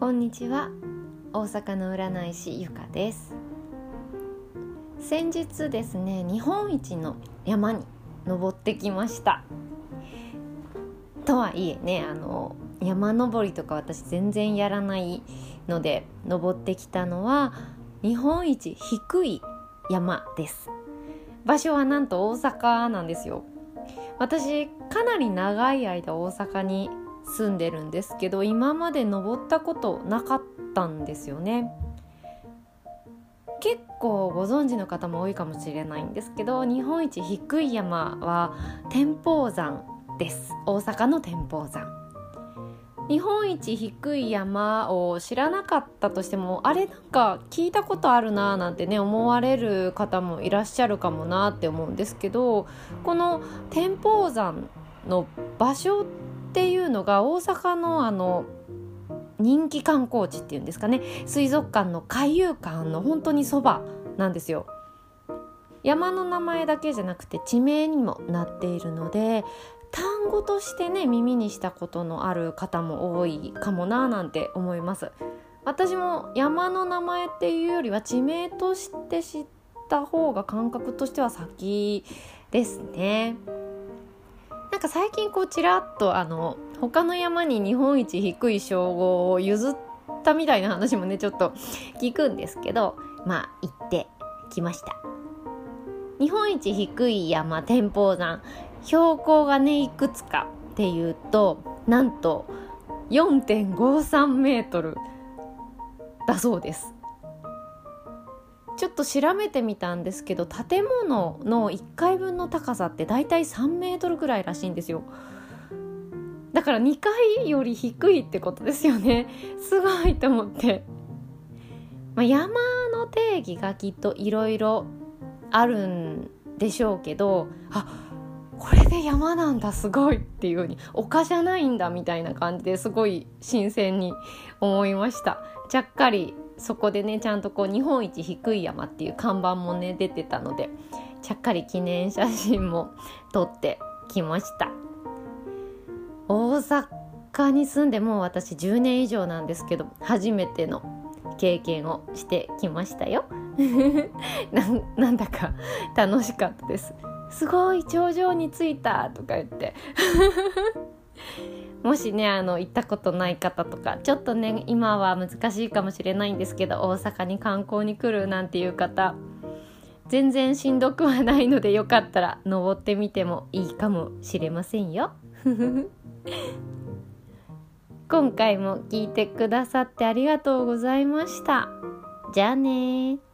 こんにちは。大阪の占い師ゆかです。先日ですね、日本一の山に登ってきました。とはいえね、山登りとか私全然やらないので、登ってきたのは日本一低い山です。場所はなんと大阪なんですよ。私かなり長い間大阪に住んでるんですけど、今まで登ったことなかったんですよね。結構ご存知の方も多いかもしれないんですけど、日本一低い山は天保山です。大阪の天保山。日本一低い山を知らなかったとしても、あれなんか聞いたことあるななんてね思われる方もいらっしゃるかもなって思うんですけど、この天保山の場所っていうのが大阪の人気観光地っていうんですかね、水族館の海遊館の本当にそばなんですよ。山の名前だけじゃなくて地名にもなっているので、単語としてね耳にしたことのある方も多いかもななんて思います。私も山の名前っていうよりは地名として知った方が感覚としては先ですね。なんか最近ちらっと他の山に日本一低い称号を譲ったみたいな話もねちょっと聞くんですけど、行ってきました。日本一低い山天保山、標高がねいくつかっていうと、なんと 4.53 メートルだそうです。ちょっと調べてみたんですけど、建物の1階分の高さってだいたい3メートルぐらいらしいんですよ。だから2階より低いってことですよね。すごいと思って、山の定義がきっといろいろあるんでしょうけど、これで山なんだすごいっていう風に、丘じゃないんだみたいな感じですごい新鮮に思いました。ちゃっかりそこでねちゃんと日本一低い山っていう看板もね出てたので、ちゃっかり記念写真も撮ってきました。大阪に住んでもう私10年以上なんですけど、初めての経験をしてきましたよなんだか楽しかったです。すごい頂上に着いたとか言ってもしね行ったことない方とか、ちょっとね今は難しいかもしれないんですけど、大阪に観光に来るなんていう方、全然しんどくはないので、よかったら登ってみてもいいかもしれませんよ今回も聞いてくださってありがとうございました。じゃあね。